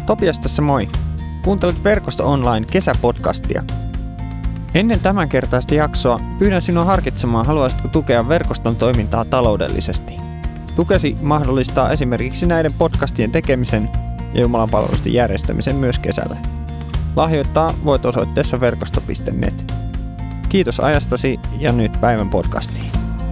Topias tässä moi. Kuuntelet Verkosto Online kesäpodcastia. Ennen tämänkertaista jaksoa pyydän sinua harkitsemaan, haluaisitko tukea verkoston toimintaa taloudellisesti. Tukesi mahdollistaa esimerkiksi näiden podcastien tekemisen ja jumalanpalvelusten järjestämisen myös kesällä. Lahjoittaa voit osoitteessa verkosto.net. Kiitos ajastasi ja nyt päivän podcastiin.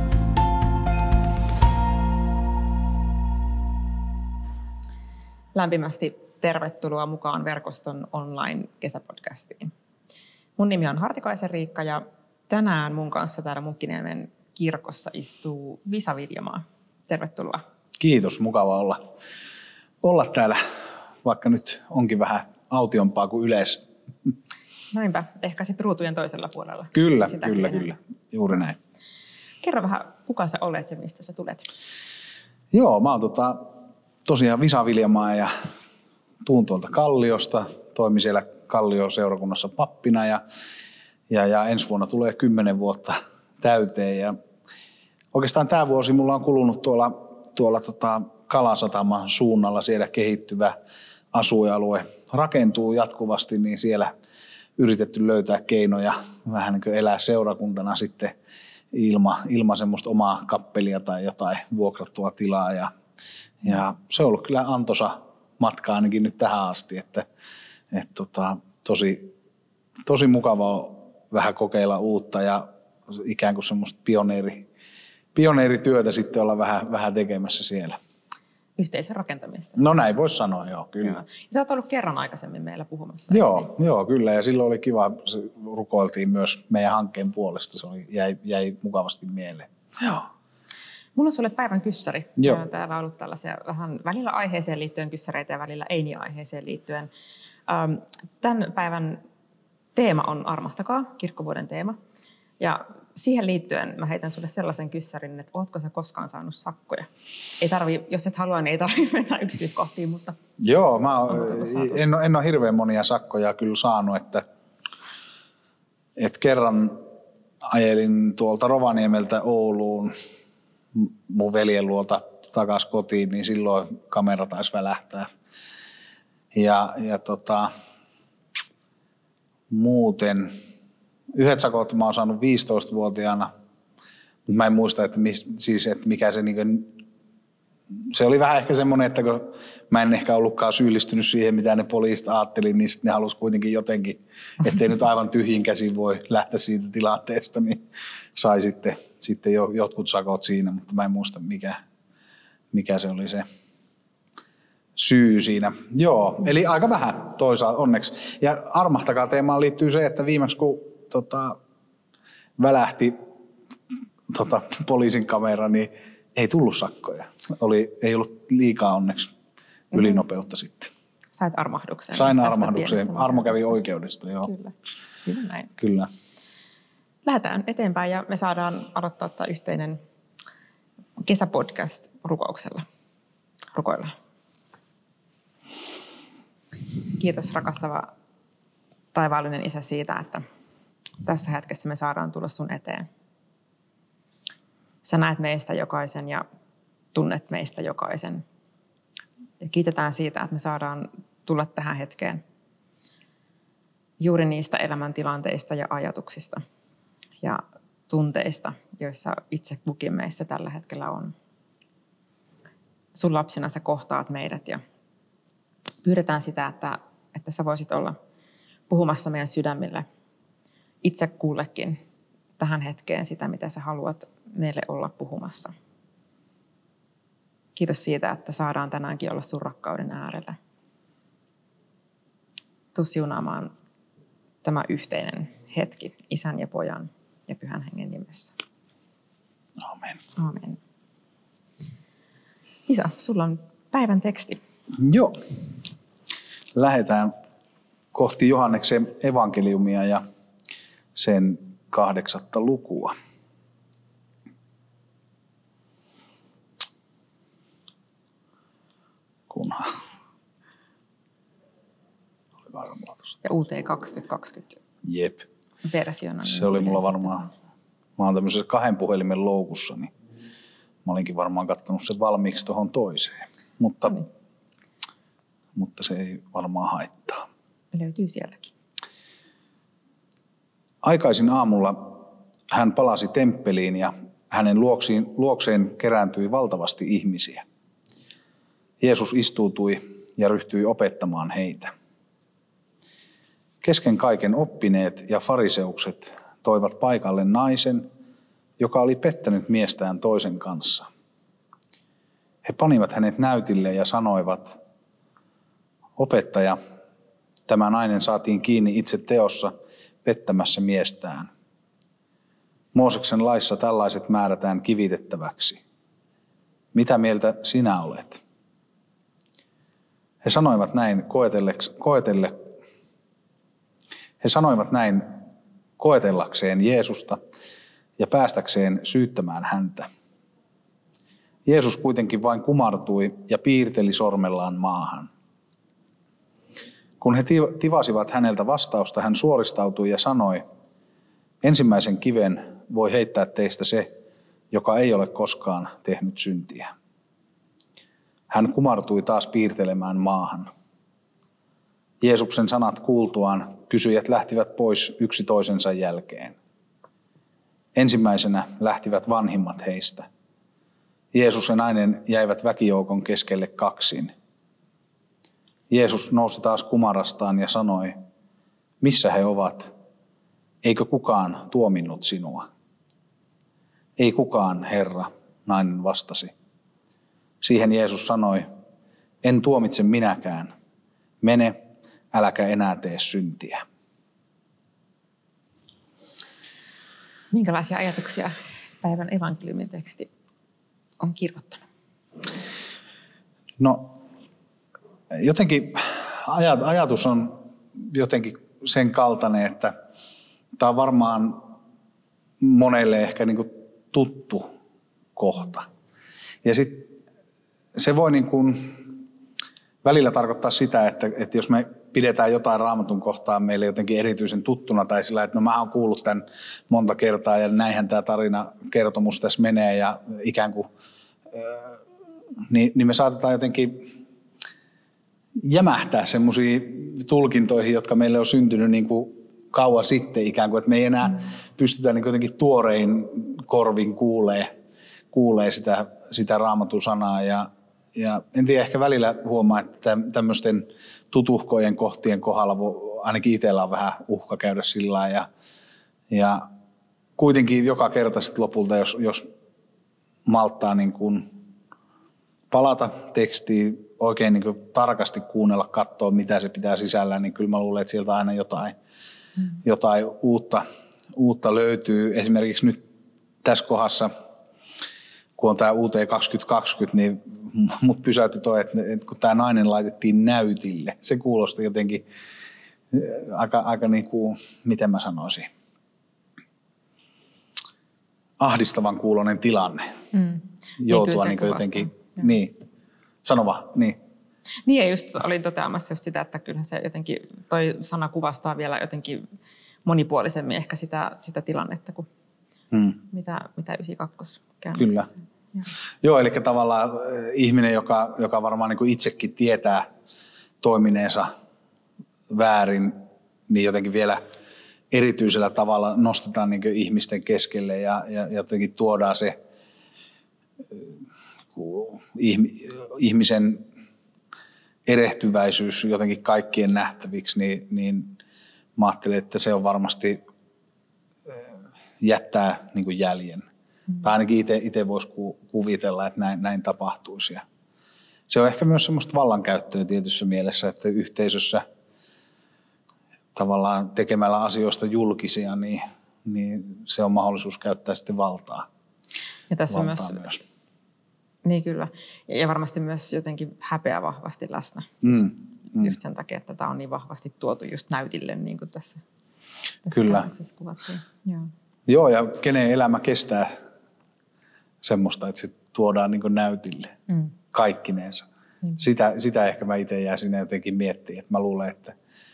Lämpimästi tervetuloa mukaan Verkoston online-kesäpodcastiin. Mun nimi on Hartikaisen Riikka ja tänään mun kanssa täällä Munkkiniemen kirkossa istuu Visa Viljamaa. Tervetuloa. Kiitos, mukava olla täällä, vaikka nyt onkin vähän autiompaa kuin yleensä. Näinpä, ehkä sitten ruutujen toisella puolella. Kyllä, juuri näin. Kerro vähän, kuka sä olet ja mistä sä tulet? Joo, mä oon tosiaan Visa Viljamaa ja tuun tuolta Kalliosta. Toimin siellä Kallion seurakunnassa pappina ja ensi vuonna tulee 10 vuotta täyteen. Ja oikeastaan tämä vuosi mulla on kulunut tuolla Kalasataman suunnalla, siellä kehittyvä asuinalue rakentuu jatkuvasti, niin siellä yritetty löytää keinoja vähän niin kuin elää seurakuntana sitten ilman semmoista omaa kappelia tai jotain vuokrattua tilaa. Ja se on ollut kyllä antoisa matka ainakin nyt tähän asti, että tosi mukavaa vähän kokeilla uutta ja ikään kuin semmoista pioneerityötä sitten olla vähän tekemässä siellä. Yhteisön rakentamista. No näin voisi sanoa, joo, kyllä. Ja sä oot ollut kerran aikaisemmin meillä puhumassa. Joo, kyllä, ja silloin oli kiva, rukoiltiin myös meidän hankkeen puolesta, se jäi mukavasti mieleen. Joo. Mulla on sulle päivän kyssäri. Joo. Täällä on ollut tällaisia vähän välillä aiheeseen liittyen kyssäreitä ja välillä ei niin aiheeseen liittyen. Tämän päivän teema on Armahtakaa, kirkkovuoden teema. Ja siihen liittyen mä heitän sulle sellaisen kyssärin, että ootko sä koskaan saanut sakkoja? Jos et halua, niin ei tarvitse mennä yksityiskohtiin, mutta... Joo, mä en ole hirveän monia sakkoja kyllä saanut, että kerran ajelin tuolta Rovaniemeltä Ouluun mun veljen luota takaisin kotiin, niin silloin kamera taisi välähtää. Ja muuten yhdet sakot mä oon saanut 15-vuotiaana, mutta mä en muista, että mikä se se oli vähän ehkä semmoinen, että kun mä en ehkä ollutkaan syyllistynyt siihen, mitä ne poliisit ajatteli, niin sitten ne halusi kuitenkin jotenkin, ettei nyt aivan tyhjin käsin voi lähteä siitä tilanteesta, niin sai sitten jotkut sakot siinä, mutta mä en muista, mikä se oli se syy siinä. Joo, eli aika vähän toisaalta onneksi. Ja Armahtakaa teemaan liittyy se, että viimeksi kun välähti poliisin kamera, niin ei tullut sakkoja. Ei ollut liikaa onneksi ylinopeutta sitten. Sait armahduksen. Sain armahduksen. Armo kävi oikeudesta, joo. Kyllä näin. Kyllä. Lähdetään eteenpäin ja me saadaan aloittaa tämä yhteinen kesäpodcast rukouksella. Rukoillaan. Kiitos rakastava taivaallinen Isä siitä, että tässä hetkessä me saadaan tulla sun eteen. Sä näet meistä jokaisen ja tunnet meistä jokaisen. Ja kiitetään siitä, että me saadaan tulla tähän hetkeen juuri niistä elämäntilanteista ja ajatuksista ja tunteista, joissa itse kukin meissä tällä hetkellä on. Sun lapsina sä kohtaat meidät ja pyydetään sitä, että sä voisit olla puhumassa meidän sydämille itse kullekin tähän hetkeen sitä, mitä sä haluat meille olla puhumassa. Kiitos siitä, että saadaan tänäänkin olla sun rakkauden äärellä. Tuu siunaamaan tämä yhteinen hetki Isän ja Pojan ja Pyhän Hengen nimessä. Amen. Amen. Isa, sulla on päivän teksti. Joo. Lähdetään kohti Johanneksen evankeliumia ja sen 8. lukua. Kunhan. Ja UT 2020. Jep. Versiona. Se oli mulla varmaan, mä oon tämmöisessä 2 puhelimen loukussa, niin mä olinkin varmaan katsonut sen valmiiksi tuohon toiseen. Mutta mutta se ei varmaan haittaa. Löytyy sieltäkin. Aikaisin aamulla hän palasi temppeliin ja hänen luokseen kerääntyi valtavasti ihmisiä. Jeesus istuutui ja ryhtyi opettamaan heitä. Kesken kaiken oppineet ja fariseukset toivat paikalle naisen, joka oli pettänyt miestään toisen kanssa. He panivat hänet näytille ja sanoivat, opettaja, tämä nainen saatiin kiinni itse teossa pettämässä miestään. Mooseksen laissa tällaiset määrätään kivitettäväksi. Mitä mieltä sinä olet? He sanoivat näin koetellakseen Jeesusta ja päästäkseen syyttämään häntä. Jeesus kuitenkin vain kumartui ja piirteli sormellaan maahan. Kun he tivasivat häneltä vastausta, hän suoristautui ja sanoi, ensimmäisen kiven voi heittää teistä se, joka ei ole koskaan tehnyt syntiä. Hän kumartui taas piirtelemään maahan. Jeesuksen sanat kuultuaan kysyjät lähtivät pois yksi toisensa jälkeen. Ensimmäisenä lähtivät vanhimmat heistä. Jeesus ja nainen jäivät väkijoukon keskelle kaksin. Jeesus nousi taas kumarastaan ja sanoi, missä he ovat? Eikö kukaan tuominnut sinua? Ei kukaan, Herra, nainen vastasi. Siihen Jeesus sanoi, en tuomitse minäkään. Mene, äläkä enää tee syntiä. Minkälaisia ajatuksia päivän evankeliumiteksti on kirjoittanut? No, jotenkin ajatus on jotenkin sen kaltainen, että tämä on varmaan monelle ehkä niin kuin tuttu kohta. Ja sitten se voi niin kuin välillä tarkoittaa sitä, että jos me pidetään jotain Raamatun kohtaa meille jotenkin erityisen tuttuna tai sillä, että no mä oon kuullut tämän monta kertaa ja näinhän tämä kertomus tässä menee ja ikään kuin, niin me saatetaan jotenkin jämähtää semmoisiin tulkintoihin, jotka meille on syntynyt niin kuin kauan sitten ikään kuin, että me ei enää pystytä niin jotenkin tuorein korvin kuulee sitä Raamatun sanaa ja en tiedä, ehkä välillä huomaa, että tämmöisten tutuhkojen kohtien kohdalla ainakin itsellä on vähän uhka käydä sillä lailla. Ja kuitenkin joka kerta sitten lopulta, jos malttaa niin kuin palata tekstiin, oikein niin kuin tarkasti kuunnella, katsoa mitä se pitää sisällään, niin kyllä mä luulen, että sieltä aina jotain uutta löytyy. Esimerkiksi nyt tässä kohdassa, kun on tämä UT 2020, niin mut pysäytti toi, että kun tämä nainen laitettiin näytille, se kuulosti jotenkin aika niin kuin, miten mä sanoisin, ahdistavan kuuloinen tilanne. Joutua niin jotenkin, niin, sano vaan, niin. Niin, ja just olin toteamassa just sitä, että kyllähän se jotenkin, toi sana kuvastaa vielä jotenkin monipuolisemmin ehkä sitä tilannetta kuin mitä 92 käännöksessä. Kyllä. Joo, eli tavallaan ihminen, joka varmaan niin kuin itsekin tietää toimineensa väärin, niin jotenkin vielä erityisellä tavalla nostetaan niin kuin ihmisten keskelle ja jotenkin tuodaan se ihmisen erehtyväisyys jotenkin kaikkien nähtäviksi, niin mä ajattelen, että se on varmasti jättää niin kuin jäljen. Tai ainakin itse voisi kuvitella, että näin tapahtuisi. Ja se on ehkä myös semmoista vallankäyttöä tietyssä mielessä, että yhteisössä tavallaan tekemällä asioista julkisia, niin se on mahdollisuus käyttää sitten valtaa. Ja tässä on myös. Niin kyllä. Ja varmasti myös jotenkin häpeä vahvasti läsnä. Just sen takia, että tämä on niin vahvasti tuotu just näytille, niin kuin tässä kyllä. Kuvattiin. Joo, ja kenen elämä kestää semmoista, että se tuodaan niin kuin näytille kaikkineensa. Sitä ehkä mä itse jää sinne jotenkin miettimään, että mä luulen, että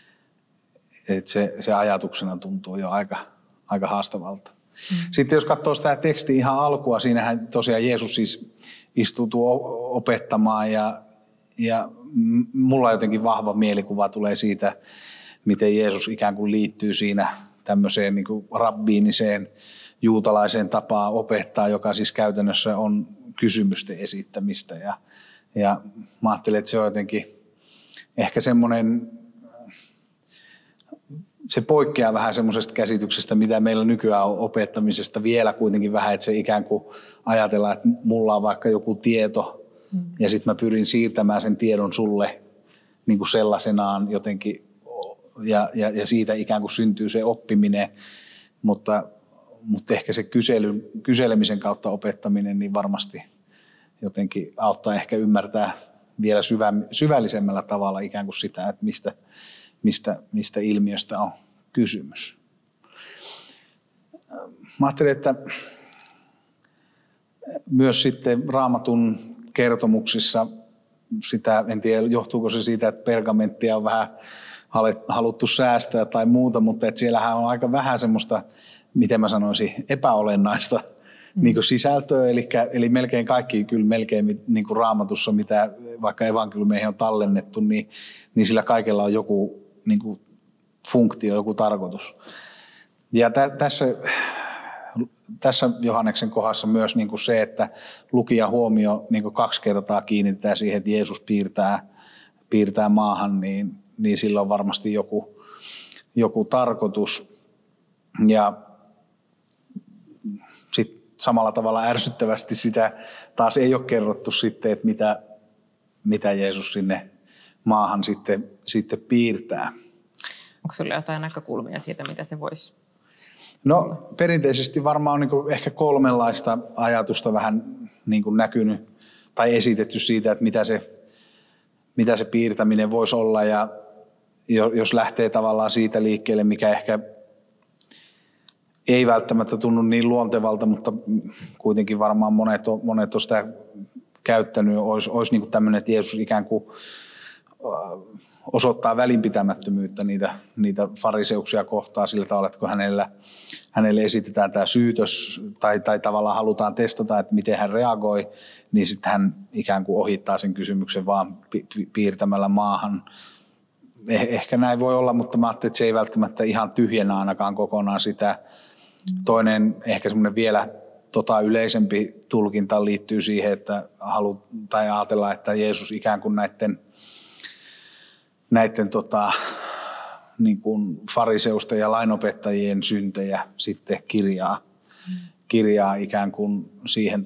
se ajatuksena tuntuu jo aika haastavalta. Sitten jos katsoo sitä tekstiä ihan alkua, siinähän tosiaan Jeesus siis istuutuu opettamaan ja mulla jotenkin vahva mielikuva tulee siitä, miten Jeesus ikään kuin liittyy siinä tämmöiseen niin kuin rabbiiniseen juutalaiseen tapaan opettaa, joka siis käytännössä on kysymysten esittämistä. Ja mä ajattelen, että se on jotenkin ehkä semmoinen, se poikkeaa vähän semmoisesta käsityksestä, mitä meillä nykyään on opettamisesta vielä kuitenkin vähän, että se ikään kuin ajatellaan, että mulla on vaikka joku tieto ja sitten mä pyrin siirtämään sen tiedon sulle niin kuin sellaisenaan jotenkin ja siitä ikään kuin syntyy se oppiminen, mutta ehkä se kyselemisen kautta opettaminen niin varmasti jotenkin auttaa ehkä ymmärtää vielä syvällisemmällä tavalla ikään kuin sitä, että mistä ilmiöstä on kysymys. Mä ajattelen, että myös sitten Raamatun kertomuksissa sitä, en tiedä johtuuko se siitä, että pergamenttia on vähän haluttu säästää tai muuta, mutta että siellähän on aika vähän semmoista, miten mä sanoisin, epäolennaista niin kuin sisältöä, eli melkein kaikki kyllä melkein niin kuin Raamatussa, mitä vaikka evankeliumeihin on tallennettu, niin sillä kaikella on joku niin kuin funktio, joku tarkoitus. Ja tässä Johanneksen kohdassa myös niin kuin se, että lukijan huomio niin kuin 2 kertaa kiinnitetään siihen, että Jeesus piirtää maahan, niin sillä on varmasti joku tarkoitus. Ja sitten samalla tavalla ärsyttävästi sitä taas ei ole kerrottu sitten, että mitä Jeesus sinne maahan sitten piirtää. Onko sinulla jotain näkökulmia siitä, mitä se voisi? No perinteisesti varmaan on niin kuin ehkä 3 ajatusta vähän niin kuin näkynyt tai esitetty siitä, että mitä se piirtäminen voisi olla. Ja jos lähtee tavallaan siitä liikkeelle, mikä ehkä ei välttämättä tunnu niin luontevalta, mutta kuitenkin varmaan monet on sitä käyttänyt, olisi niin kuin tämmöinen, että Jeesus ikään kuin osoittaa välinpitämättömyyttä niitä fariseuksia kohtaan sillä tavalla, että kun hänelle esitetään tämä syytös tai tavallaan halutaan testata, että miten hän reagoi, niin sitten hän ikään kuin ohittaa sen kysymyksen vaan piirtämällä maahan. Ehkä näin voi olla, mutta mä ajattelin, että se ei välttämättä ihan tyhjennä ainakaan kokonaan sitä. Toinen ehkä semmoinen vielä yleisempi tulkinta liittyy siihen, että ajatellaan, että Jeesus ikään kuin näiden niin kuin fariseusten ja lainopettajien syntejä sitten kirjaa ikään kuin siihen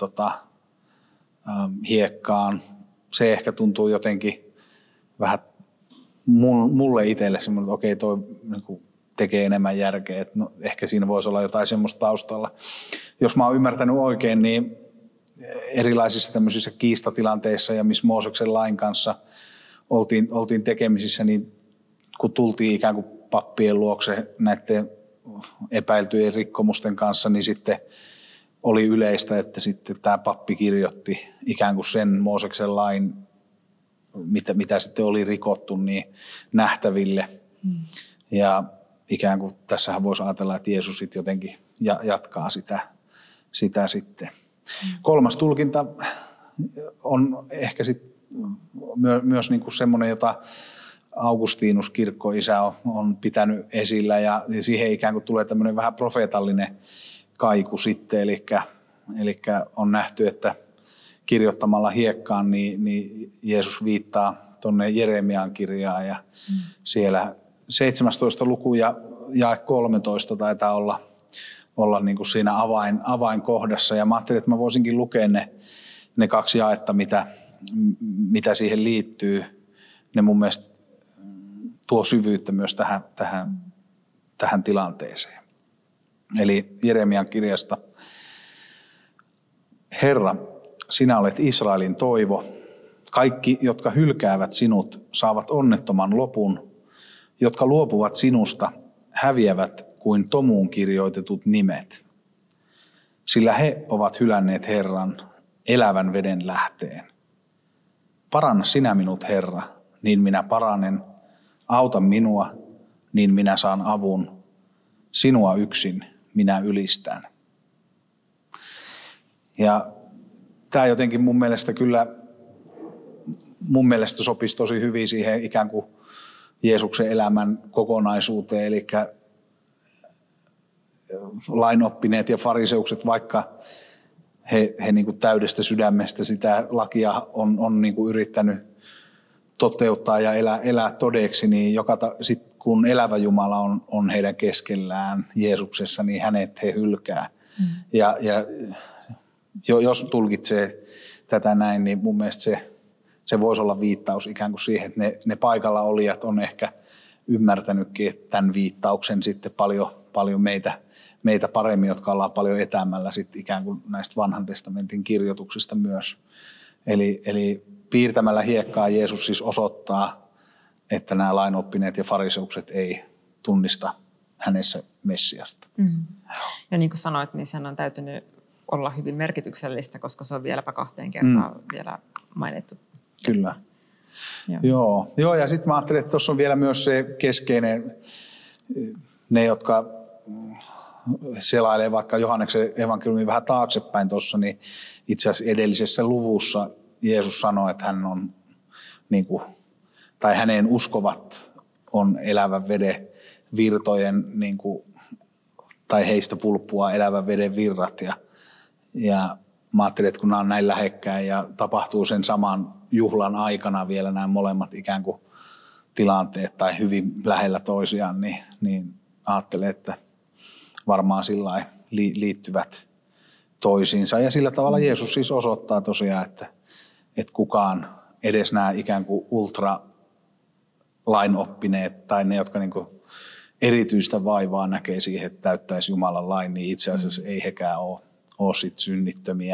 hiekkaan. Se ehkä tuntuu jotenkin vähän mulle itselle semmoinen, että okei, toi niin kuin tekee enemmän järkeä, että no, ehkä siinä voisi olla jotain semmoista taustalla. Jos mä oon ymmärtänyt oikein, niin erilaisissa tämmöisissä kiistatilanteissa ja missä Mooseksen lain kanssa oltiin tekemisissä, niin kun tultiin ikään kuin pappien luokse näiden epäiltyjen rikkomusten kanssa, niin sitten oli yleistä, että sitten tämä pappi kirjoitti ikään kuin sen Mooseksen lain, mitä sitten oli rikottu, niin nähtäville. Ja ikään kuin tässähän voisi ajatella, että Jeesus sitten jotenkin jatkaa sitä sitten. 3. tulkinta on ehkä sitten myös niin kuin semmoinen, jota Augustinus kirkkoisä on pitänyt esillä, ja siihen ikään kuin tulee tämmöinen vähän profeetallinen kaiku sitten, eli on nähty, että kirjoittamalla hiekkaan niin Jeesus viittaa tuonne Jeremian kirjaan, ja siellä 17. luku ja jae 13 taitaa olla niin kuin siinä avainkohdassa, ja mä ajattelin, että mä voisinkin lukea ne 2 jaetta, mitä siihen liittyy. Ne mun mielestä tuo syvyyttä myös tähän tilanteeseen. Eli Jeremian kirjasta. Herra, sinä olet Israelin toivo. Kaikki, jotka hylkäävät sinut, saavat onnettoman lopun. Jotka luopuvat sinusta, häviävät kuin tomuun kirjoitetut nimet. Sillä he ovat hylänneet Herran, elävän veden lähteen. Paranna sinä minut, Herra, niin minä paranen. Auta minua, niin minä saan avun. Sinua yksin minä ylistän. Ja tämä jotenkin mun mielestä kyllä mun mielestä sopisi tosi hyvin siihen ikään kuin Jeesuksen elämän kokonaisuuteen, eli lainoppineet ja fariseukset, vaikka he niin kuin täydestä sydämestä sitä lakia on niin kuin yrittänyt toteuttaa ja elää todeksi, niin sit kun elävä Jumala on heidän keskellään Jeesuksessa, niin hänet he hylkää. Ja jos tulkitsee tätä näin, niin mun mielestä se voisi olla viittaus ikään kuin siihen, että ne paikalla olijat on ehkä ymmärtänytkin tämän viittauksen sitten paljon meitä paremmin, jotka ollaan paljon etäämällä sitten ikään kuin näistä vanhan testamentin kirjoituksista myös. Eli piirtämällä hiekkaa Jeesus siis osoittaa, että nämä lainoppineet ja fariseukset ei tunnista hänessä Messiasta. Ja niin kuin sanoit, niin sen on täytynyt olla hyvin merkityksellistä, koska se on vieläpä 2 kertaa vielä mainittu. Kyllä. Joo, ja sitten mä ajattelin, että tuossa on vielä myös se keskeinen, ne jotka selailee vaikka Johanneksen evankeliumin vähän taaksepäin tuossa, niin itse asiassa edellisessä luvussa Jeesus sanoi, että hän on, niin kuin, tai häneen uskovat on elävän veden virtojen, niin kuin, tai heistä pulppua elävän veden virrat. Ja mä ajattelin, että kun nämä on näin lähekkäin ja tapahtuu sen saman juhlan aikana vielä nämä molemmat ikään kuin tilanteet tai hyvin lähellä toisiaan, niin ajattelin, että varmaan sillä liittyvät toisiinsa. Ja sillä tavalla Jeesus siis osoittaa tosiaan, että kukaan edes nämä ikään kuin ultralainoppineet tai ne, jotka niin kuin erityistä vaivaa näkee siihen, että täyttäisi Jumalan lain, niin itse asiassa ei hekään ole sit synnittömiä.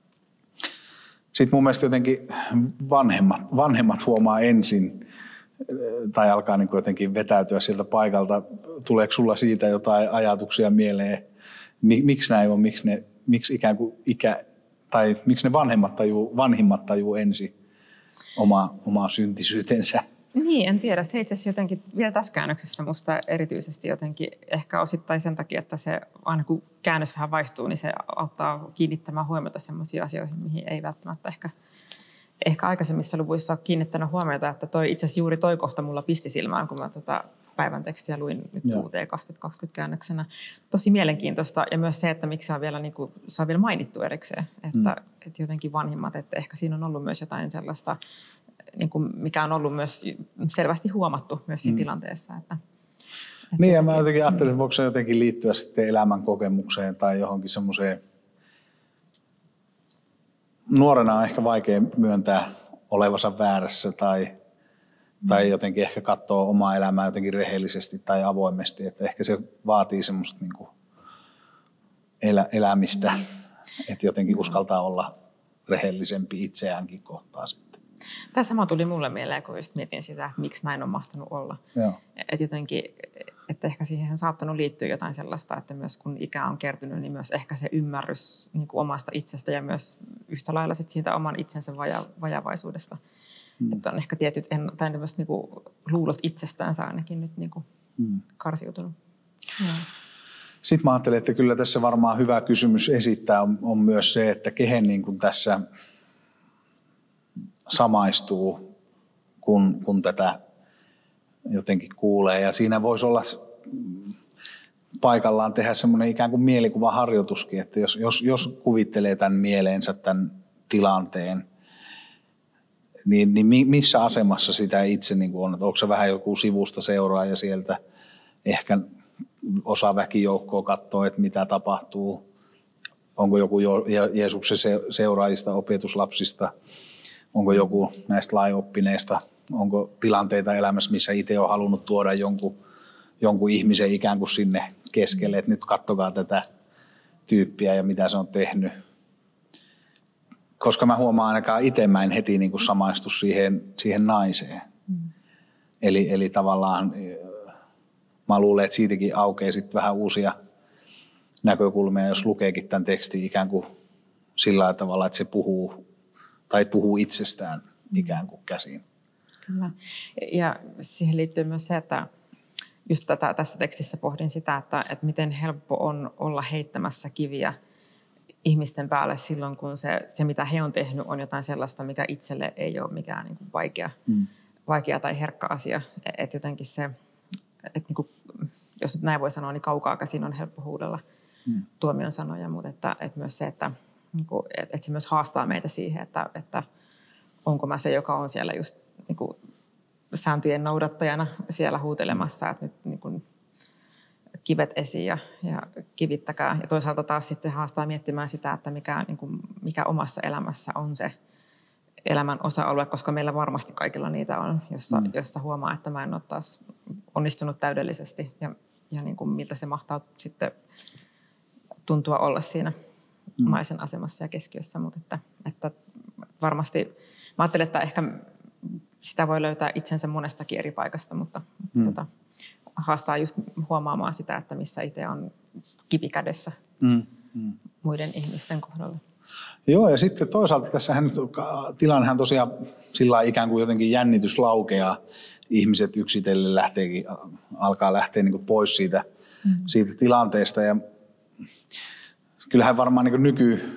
Sitten mun mielestä jotenkin vanhemmat huomaa ensin tai alkaa niin kuin jotenkin vetäytyä sieltä paikalta. Tuleeko sulla siitä jotain ajatuksia mieleen? Miksi näin on? Miksi ikään kuin tai miksi ne vanhimmat tajuu ensin omaa syntisyytensä? Niin, en tiedä. Se itse asiassa jotenkin vielä tässä käännöksessä musta erityisesti jotenkin ehkä osittain sen takia, että se aina kun käännös vähän vaihtuu, niin se auttaa kiinnittämään huomiota sellaisiin asioihin, mihin ei välttämättä ehkä aikaisemmissa luvuissa ole kiinnittänyt huomiota, että itse asiassa juuri toi kohta mulla pisti silmään, kun mä päivän tekstiä luin nyt UT 2020 käännöksenä. Tosi mielenkiintoista ja myös se, että miksi se on vielä, niin kuin, se on vielä mainittu erikseen, että jotenkin vanhimmat, että ehkä siinä on ollut myös jotain sellaista, niin kuin, mikä on ollut myös selvästi huomattu myös siinä tilanteessa. Niin ja mä jotenkin ajattelin, että voiko se jotenkin liittyä sitten elämän kokemukseen tai johonkin semmoiseen. Nuorena on ehkä vaikea myöntää olevansa väärässä tai jotenkin ehkä katsoa omaa elämää jotenkin rehellisesti tai avoimesti. Että ehkä se vaatii semmoista niin kuin elämistä, että jotenkin uskaltaa olla rehellisempi itseäänkin kohtaan sitten. Tämä sama tuli mulle mieleen, kun just mietin sitä, että miksi näin on mahtanut olla. Että jotenkin, että ehkä siihen on saattanut liittyä jotain sellaista, että myös kun ikä on kertynyt, niin myös ehkä se ymmärrys niin kuin omasta itsestä ja myös yhtä lailla sit siitä oman itsensä vajavaisuudesta. Että on ehkä tietyt tai niin kuin luulot itsestäänsä ainakin nyt niin kuin karsiutunut. Sitten mä ajattelen, että kyllä tässä varmaan hyvä kysymys esittää on myös se, että kehen niin kuin tässä samaistuu, kun tätä jotenkin kuulee. Ja siinä voisi olla paikallaan tehdä semmoinen ikään kuin mielikuvaharjoituskin, että jos kuvittelee tämän mieleensä tämän tilanteen, niin missä asemassa sitä itse niin kuin on? Onko se vähän joku sivusta seuraa ja sieltä ehkä osa väkijoukkoa katsoo, että mitä tapahtuu? Onko joku Jeesuksen seuraajista, opetuslapsista? Onko joku näistä lainoppineista? Onko tilanteita elämässä, missä itse on halunnut tuoda jonkun ihmisen ikään kuin sinne keskelle, että nyt katsokaa tätä tyyppiä ja mitä se on tehnyt? Koska mä huomaan ainakaan itse, mä en heti niin kuin samaistu siihen naiseen. Eli tavallaan mä luulen, että siitäkin aukeaa sitten vähän uusia näkökulmia, jos lukeekin tämän tekstin ikään kuin sillä tavalla, että se puhuu itsestään ikään kuin käsiin. Kyllä. Ja siihen liittyy myös se, että just tässä tekstissä pohdin sitä, että miten helppo on olla heittämässä kiviä ihmisten päälle silloin, kun se mitä he on tehnyt, on jotain sellaista, mikä itselle ei ole mikään niin kuin vaikea tai herkkä asia. Että jotenkin se, että niin kuin, jos nyt näin voi sanoa, niin kaukaa käsin on helppo huudella tuomion sanoja, mutta että myös se, että se myös haastaa meitä siihen, että onko mä se, joka on siellä just niin kuin sääntöjen noudattajana siellä huutelemassa, että nyt niin kuin kivet esiin ja kivittäkää. Ja toisaalta taas sitten se haastaa miettimään sitä, että mikä omassa elämässä on se elämän osa-alue, koska meillä varmasti kaikilla niitä on, jossa huomaa, että mä en ole taas onnistunut täydellisesti ja niin kuin miltä se mahtaa sitten tuntua olla siinä naisen asemassa ja keskiössä. Mutta että varmasti, mä ajattelen, että ehkä sitä voi löytää itsensä monestakin eri paikasta, mutta haastaa just huomaamaan sitä, että missä itse on kivi kädessä muiden ihmisten kohdalla. Joo, ja sitten toisaalta tässähän tilannehan tosiaan sillä ikään kuin jotenkin jännitys laukeaa. Ihmiset yksitellen alkaa lähteä niin kuin pois siitä tilanteesta. Ja kyllähän varmaan niin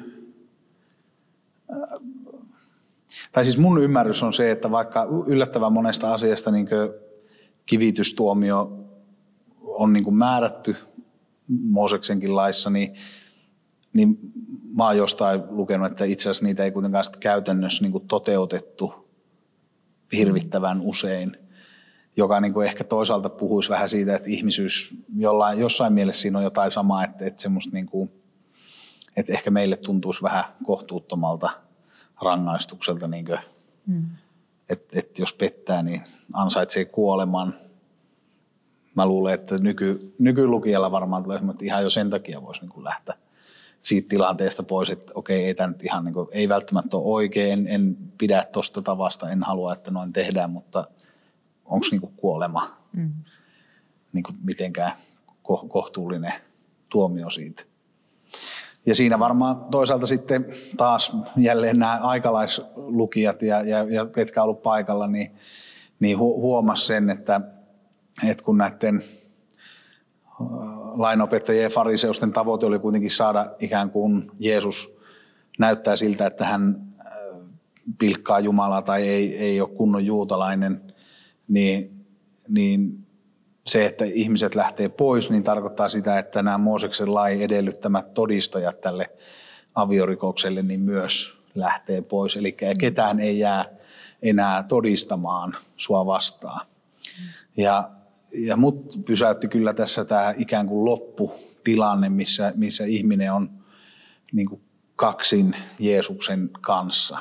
tai siis mun ymmärrys on se, että vaikka yllättävän monesta asiasta niin kuin kivitystuomio on niin kuin määrätty Mooseksenkin laissa, niin mä oon jostain lukenut, että itse asiassa niitä ei kuitenkaan käytännössä niin kuin toteutettu hirvittävän usein, joka niin kuin ehkä toisaalta puhuisi vähän siitä, että ihmisyys jossain mielessä siinä on jotain samaa, että semmoista niin kuin, että ehkä meille tuntuisi vähän kohtuuttomalta rangaistukselta, niin kuin, että jos pettää, niin ansaitsee kuoleman. Mä luulen, että nykylukijalla varmaan tulee semmoinen, että ihan jo sen takia voisi niin kuin lähteä siitä tilanteesta pois, että okei, ei tämä nyt ihan niin kuin, ei välttämättä ole oikein, en pidä tuosta tavasta, en halua, että noin tehdään, mutta onko niin kuin kuolema niin kuin mitenkään kohtuullinen tuomio siitä. Ja siinä varmaan toisaalta sitten taas jälleen nämä aikalaislukijat ja ketkä on ollut paikalla, niin huomasi sen, että kun näiden lainopettajien ja fariseusten tavoite oli kuitenkin saada ikään kuin Jeesus näyttää siltä, että hän pilkkaa Jumalaa tai ei ole kunnon juutalainen, niin se, että ihmiset lähtee pois, niin tarkoittaa sitä, että nämä Mooseksen lain edellyttämät todistajat tälle aviorikokselle niin myös lähtee pois. Eli ketään ei jää enää todistamaan sua vastaan. Ja mut pysäytti kyllä tässä tämä ikään kuin lopputilanne, missä ihminen on niin kuin kaksin Jeesuksen kanssa.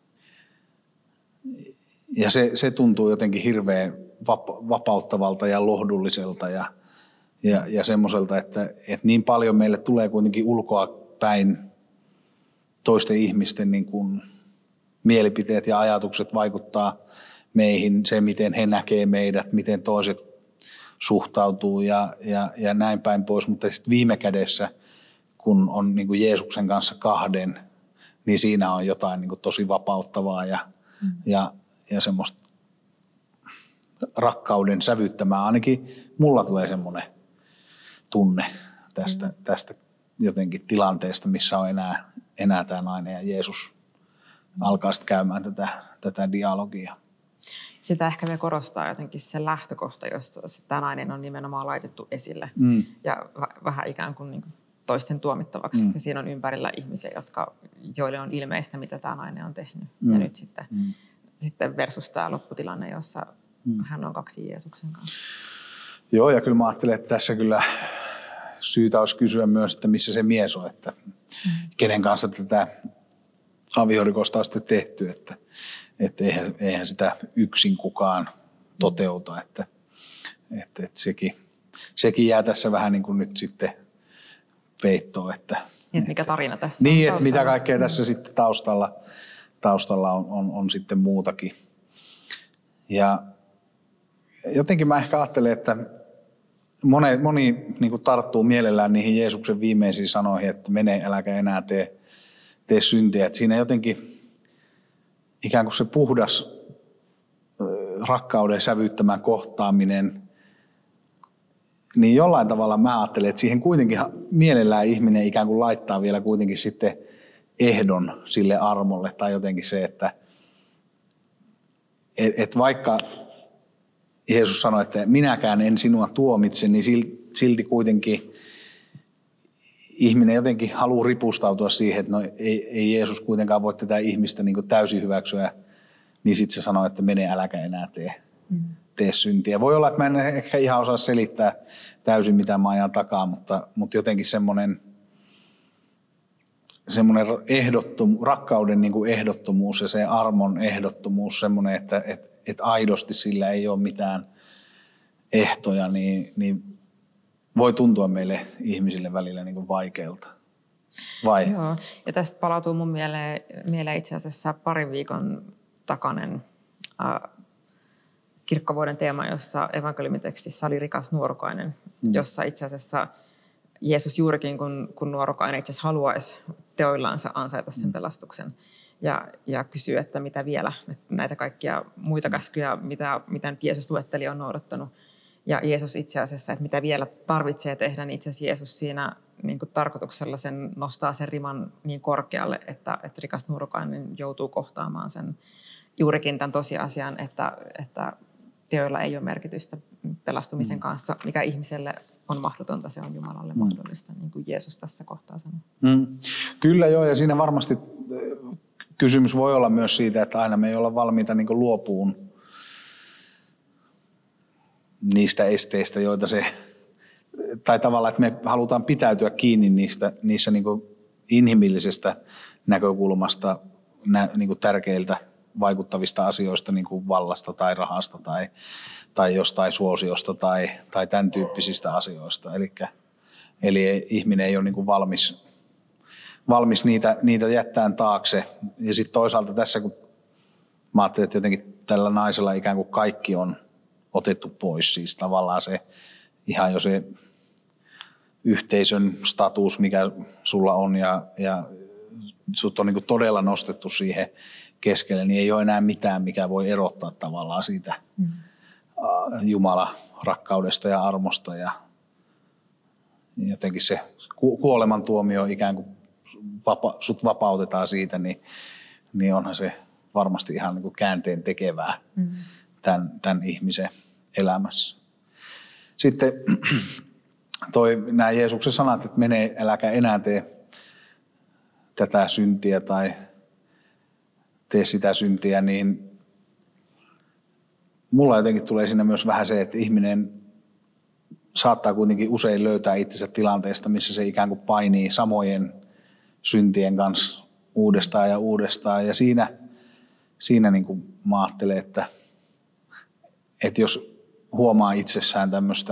Ja se tuntuu jotenkin hirveän vapauttavalta ja lohdulliselta ja semmoiselta, että niin paljon meille tulee kuitenkin ulkoa päin toisten ihmisten niin kuin mielipiteet ja ajatukset vaikuttaa meihin, se miten he näkee meidät, miten toiset suhtautuu ja näin päin pois, mutta sitten viime kädessä, kun on niin kuin Jeesuksen kanssa kahden, niin siinä on jotain niin kuin tosi vapauttavaa ja semmoista rakkauden sävyttämää. Ainakin mulla tulee semmoinen tunne tästä jotenkin tilanteesta, missä on enää tämä nainen ja Jeesus alkaa sitten käymään tätä dialogia. Sitä ehkä me korostaa jotenkin se lähtökohta, jossa tämä nainen on nimenomaan laitettu esille ja vähän ikään kuin toisten tuomittavaksi. Ja siinä on ympärillä ihmisiä, joille on ilmeistä, mitä tämä nainen on tehnyt. Ja nyt sitten versus tämä lopputilanne, jossa hän on kaksi Jeesuksen kanssa. Joo, ja kyllä mä ajattelen, että tässä kyllä syytä olisi kysyä myös, että missä se mies on, että kenen kanssa tätä aviorikosta on sitten tehty, että eihän sitä yksin kukaan toteuta, että sekin jää tässä vähän niin kuin nyt sitten peittoon. Että mikä tarina tässä on taustalla. Että mitä kaikkea tässä sitten taustalla on sitten muutakin. Ja jotenkin mä ehkä ajattelen, että moni niin kuin tarttuu mielellään niihin Jeesuksen viimeisiin sanoihin, että mene, äläkä enää tee syntiä. Että siinä jotenkin ikään kuin se puhdas rakkauden sävyttämä kohtaaminen niin jollain tavalla mä ajattelen, että siihen kuitenkin mielellään ihminen ikään kuin laittaa vielä kuitenkin sitten ehdon sille armolle tai jotenkin se, että vaikka Jeesus sanoi, että minäkään en sinua tuomitse, niin silti kuitenkin ihminen jotenkin haluaa ripustautua siihen, että no ei Jeesus kuitenkaan voi tätä ihmistä niin kuin täysin hyväksyä, niin sitten se sanoo, että mene äläkä enää tee syntiä. Voi olla, että mä en ehkä ihan osaa selittää täysin mitä mä ajan takaa, mutta jotenkin semmoinen rakkauden niin kuin ehdottomuus ja se armon ehdottomuus, semmoinen, että aidosti sillä ei ole mitään ehtoja, niin voi tuntua meille ihmisille välillä niin kuin vaikealta. Vai? Joo, ja tästä palautuu mun mieleen itse asiassa parin viikon takainen kirkkovuoden teema, jossa evankeliumitekstissä oli rikas nuorukainen, jossa itse asiassa Jeesus juurikin, kun nuorukainen itse asiassa haluaisi teoillansa ansaita sen pelastuksen ja kysyy, että mitä vielä, näitä kaikkia muita käskyjä, mitä nyt Jeesus luetteli, on noudattanut. Ja Jeesus itse asiassa, että mitä vielä tarvitsee tehdä, niin itse asiassa Jeesus siinä niin kuin tarkoituksella sen nostaa sen riman niin korkealle, että rikas nuorukainen joutuu kohtaamaan sen juurikin tämän tosiasian, että teoilla ei ole merkitystä pelastumisen kanssa, mikä ihmiselle on mahdotonta, se on Jumalalle mahdollista, niin kuin Jeesus tässä kohtaa sanoo. Kyllä joo, ja siinä varmasti kysymys voi olla myös siitä, että aina me ei olla valmiita niin kuin luopuun niistä esteistä, joita se, tai tavallaan, että me halutaan pitäytyä kiinni niissä niin kuin inhimillisestä näkökulmasta niin kuin tärkeiltä vaikuttavista asioista, niin kuin vallasta tai rahasta tai jostain suosiosta tai tämän tyyppisistä asioista. Eli ihminen ei ole niin kuin valmis niitä jättämään taakse. Ja sitten toisaalta tässä, kun mä ajattelin, että jotenkin tällä naisella ikään kuin kaikki on otettu pois, siis tavallaan se ihan jo se yhteisön status, mikä sulla on ja sut on niin kuin todella nostettu siihen keskelle, niin ei ole enää mitään, mikä voi erottaa tavallaan siitä Jumalan rakkaudesta ja armosta ja jotenkin se kuolemantuomio ikään kuin sut vapautetaan siitä, niin onhan se varmasti ihan niin kuin käänteen tekevää tämän ihmisen elämässä. Sitten nämä Jeesuksen sanat, että mene, äläkä enää tee tätä syntiä tai tee sitä syntiä, niin mulla jotenkin tulee siinä myös vähän se, että ihminen saattaa kuitenkin usein löytää itsensä tilanteesta, missä se ikään kuin painii samojen syntien kanssa uudestaan ja uudestaan. Ja siinä niin kuin mä ajattelen, että jos huomaa itsessään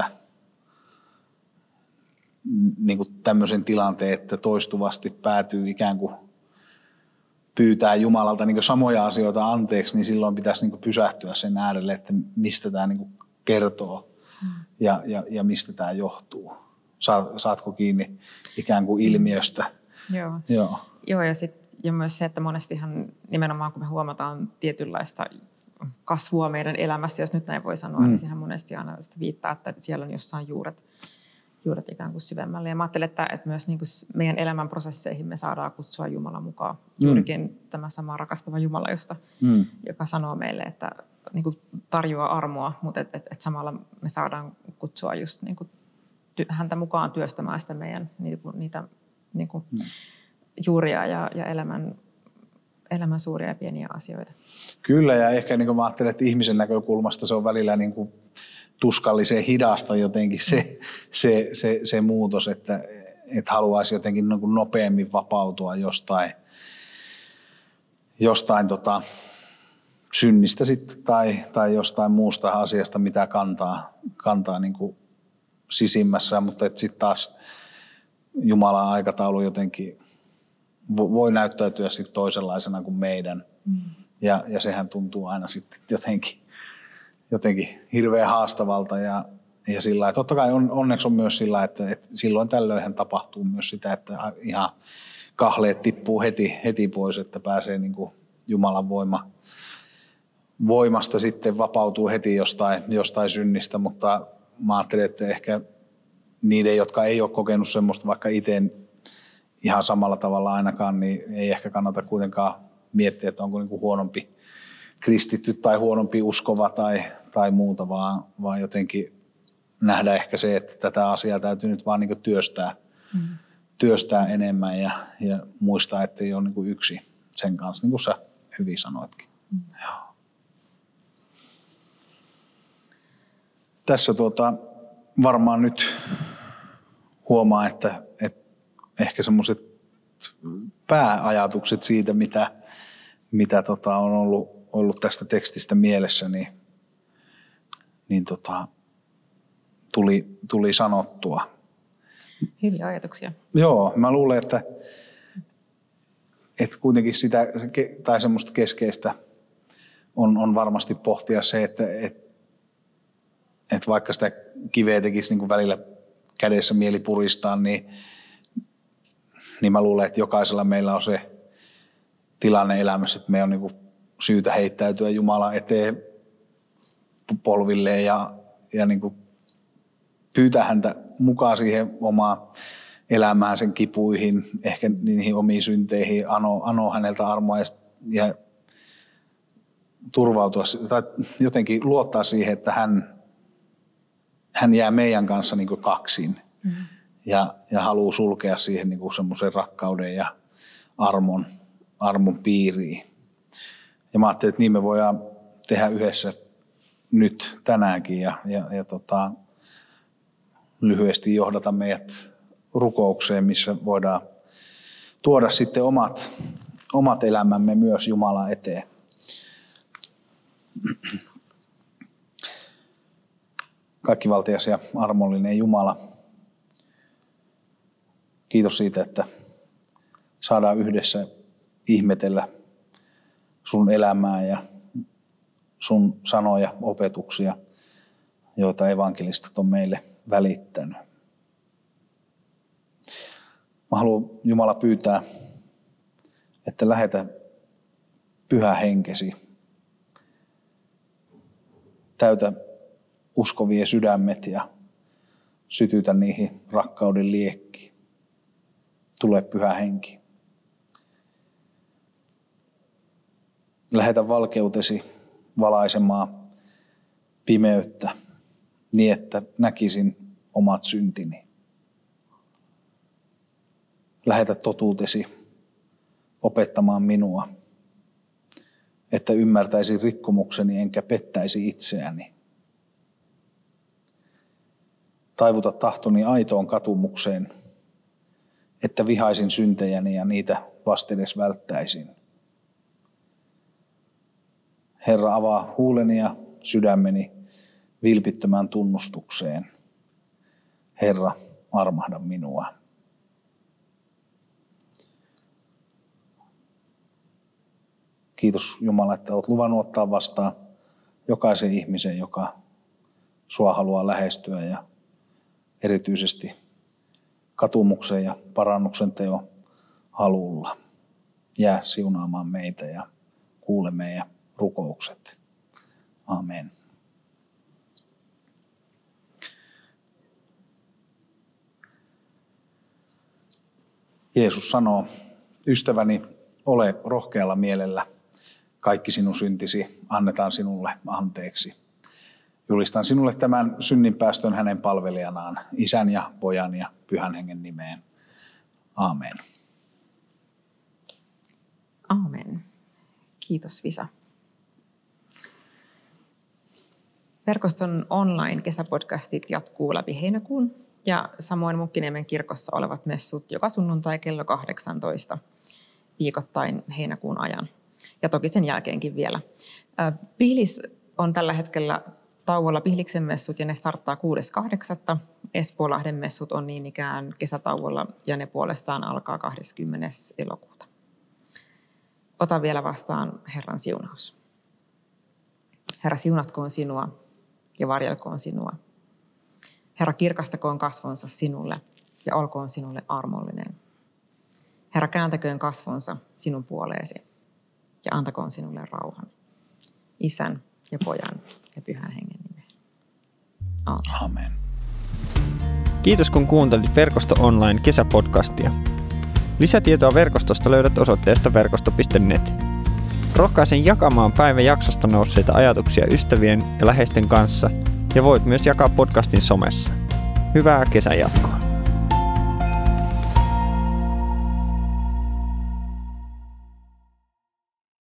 niin kuin tämmöisen tilanteen, että toistuvasti päätyy ikään kuin pyytää Jumalalta niin kuin samoja asioita anteeksi, niin silloin pitäisi niin kuin pysähtyä sen äärelle, että mistä tämä niin kuin kertoo ja mistä tämä johtuu. Saatko kiinni ikään kuin ilmiöstä? Joo, ja myös se, että monestihan nimenomaan kun me huomataan tietynlaista kasvua meidän elämässä, jos nyt näin voi sanoa, niin sehän monesti aina viittaa, että siellä on jossain juuret ikään kuin syvemmälle. Ja mä ajattelen, että myös niin kuin meidän elämän prosesseihin me saadaan kutsua Jumalan mukaan. Juurikin tämä sama rakastava Jumala, joka sanoo meille, että niin kuin tarjoaa armoa, mutta että samalla me saadaan kutsua just niin kuin häntä mukaan työstämään sitä meidän niitä niin kuin juuria ja elämän suuria ja pieniä asioita. Kyllä, ja ehkä niin kuin mä ajattelen, että ihmisen näkökulmasta se on välillä niin kuin tuskallisen hidasta jotenkin se muutos, että haluaisi jotenkin niin kuin nopeammin vapautua jostain synnistä sitten tai jostain muusta asiasta, mitä kantaa niin kuin sisimmässä, mutta sitten taas Jumalan aikataulu jotenkin voi näyttäytyä sitten toisenlaisena kuin meidän. Ja sehän tuntuu aina sitten jotenkin hirveän haastavalta ja sillä lailla. Totta kai onneksi on myös sillä, että silloin tällöinhän tapahtuu myös sitä, että ihan kahleet tippuu heti pois, että pääsee niin kuin Jumalan voimasta sitten vapautuu heti jostain synnistä, mutta mä ajattelen, että niiden, jotka ei ole kokenut semmoista vaikka itse ihan samalla tavalla ainakaan, niin ei ehkä kannata kuitenkaan miettiä, että onko niin kuin huonompi kristitty tai huonompi uskova tai muuta, vaan jotenkin nähdä ehkä se, että tätä asiaa täytyy nyt vaan niin kuin työstää enemmän ja muistaa, että ei ole niin kuin yksi sen kanssa, niin kuin sä hyvin sanoitkin. Joo. Tässä varmaan nyt huomaa, että ehkä semmoiset pääajatukset siitä, mitä on ollut tästä tekstistä mielessä, niin tuli sanottua. Hyviä ajatuksia. Joo, mä luulen, että kuitenkin sitä tai semmoista keskeistä on varmasti pohtia se, että vaikka sitä kiveä tekisi niin kuin välillä kädessä mieli puristaa, niin mä luulen, että jokaisella meillä on se tilanne elämässä, että meidän on niin kuin syytä heittäytyä Jumalan eteen polvilleen ja niin kuin pyytää häntä mukaan siihen omaan elämään, sen kipuihin, ehkä niihin omiin synteihin, anoo häneltä armoa ja turvautua tai jotenkin luottaa siihen, että hän jää meidän kanssa niin kuin kaksin ja haluaa sulkea siihen niin kuin semmoisen rakkauden ja armon piiriin. Ja mä ajattelin, että niin me voidaan tehdä yhdessä nyt tänäänkin ja lyhyesti johdata meidät rukoukseen, missä voidaan tuoda sitten omat elämämme myös Jumalan eteen. Kaikkivaltias ja armollinen Jumala, kiitos siitä, että saadaan yhdessä ihmetellä sun elämää ja sun sanoja, opetuksia, joita evankelistat on meille välittänyt. Mä haluan Jumala pyytää, että lähetä Pyhä Henkesi, täytä uskovien sydämet ja sytytä niihin rakkauden liekki. Tule Pyhä Henki. Lähetä valkeutesi valaisemaan pimeyttä niin, että näkisin omat syntini. Lähetä totuutesi opettamaan minua, että ymmärtäisin rikkomukseni enkä pettäisi itseäni. Taivuta tahtoni aitoon katumukseen, että vihaisin syntejäni ja niitä vastedes välttäisin. Herra, avaa huuleni ja sydämeni vilpittömään tunnustukseen. Herra, armahda minua. Kiitos Jumala, että olet luvannut ottaa vastaan jokaisen ihmisen, joka sua haluaa lähestyä ja erityisesti katumuksen ja parannuksen teon halulla. Jää siunaamaan meitä ja kuule meidän rukoukset. Amen. Jeesus sanoo, ystäväni, ole rohkealla mielellä. Kaikki sinun syntisi annetaan sinulle anteeksi. Julistan sinulle tämän synninpäästön hänen palvelijanaan, Isän ja Pojan ja Pyhän Hengen nimeen. Amen. Amen. Kiitos Visa. Verkoston online-kesäpodcastit jatkuu läpi heinäkuun ja samoin Munkkiniemen kirkossa olevat messut joka sunnuntai kello 18 viikoittain heinäkuun ajan. Ja toki sen jälkeenkin vielä. Pihlis on tällä hetkellä tauolla Pihliksen messut ja ne starttaa 6.8. Espoolahden messut on niin ikään kesätauolla ja ne puolestaan alkaa 20. elokuuta. Ota vielä vastaan Herran siunaus. Herra, siunatkoon sinua ja varjelkoon sinua. Herra, kirkastakoon kasvonsa sinulle ja olkoon sinulle armollinen. Herra, kääntäköön kasvonsa sinun puoleesi ja antakoon sinulle rauhan. Isän ja Pojan ja Pyhän Hengen nimeen. Amen. Amen. Kiitos kun kuuntelit Verkosto Online kesäpodcastia. Lisätietoa verkostosta löydät osoitteesta verkosto.net. Rohkaisen jakamaan päivän jaksosta nousseita ajatuksia ystävien ja läheisten kanssa ja voit myös jakaa podcastin somessa. Hyvää kesän jatkoa.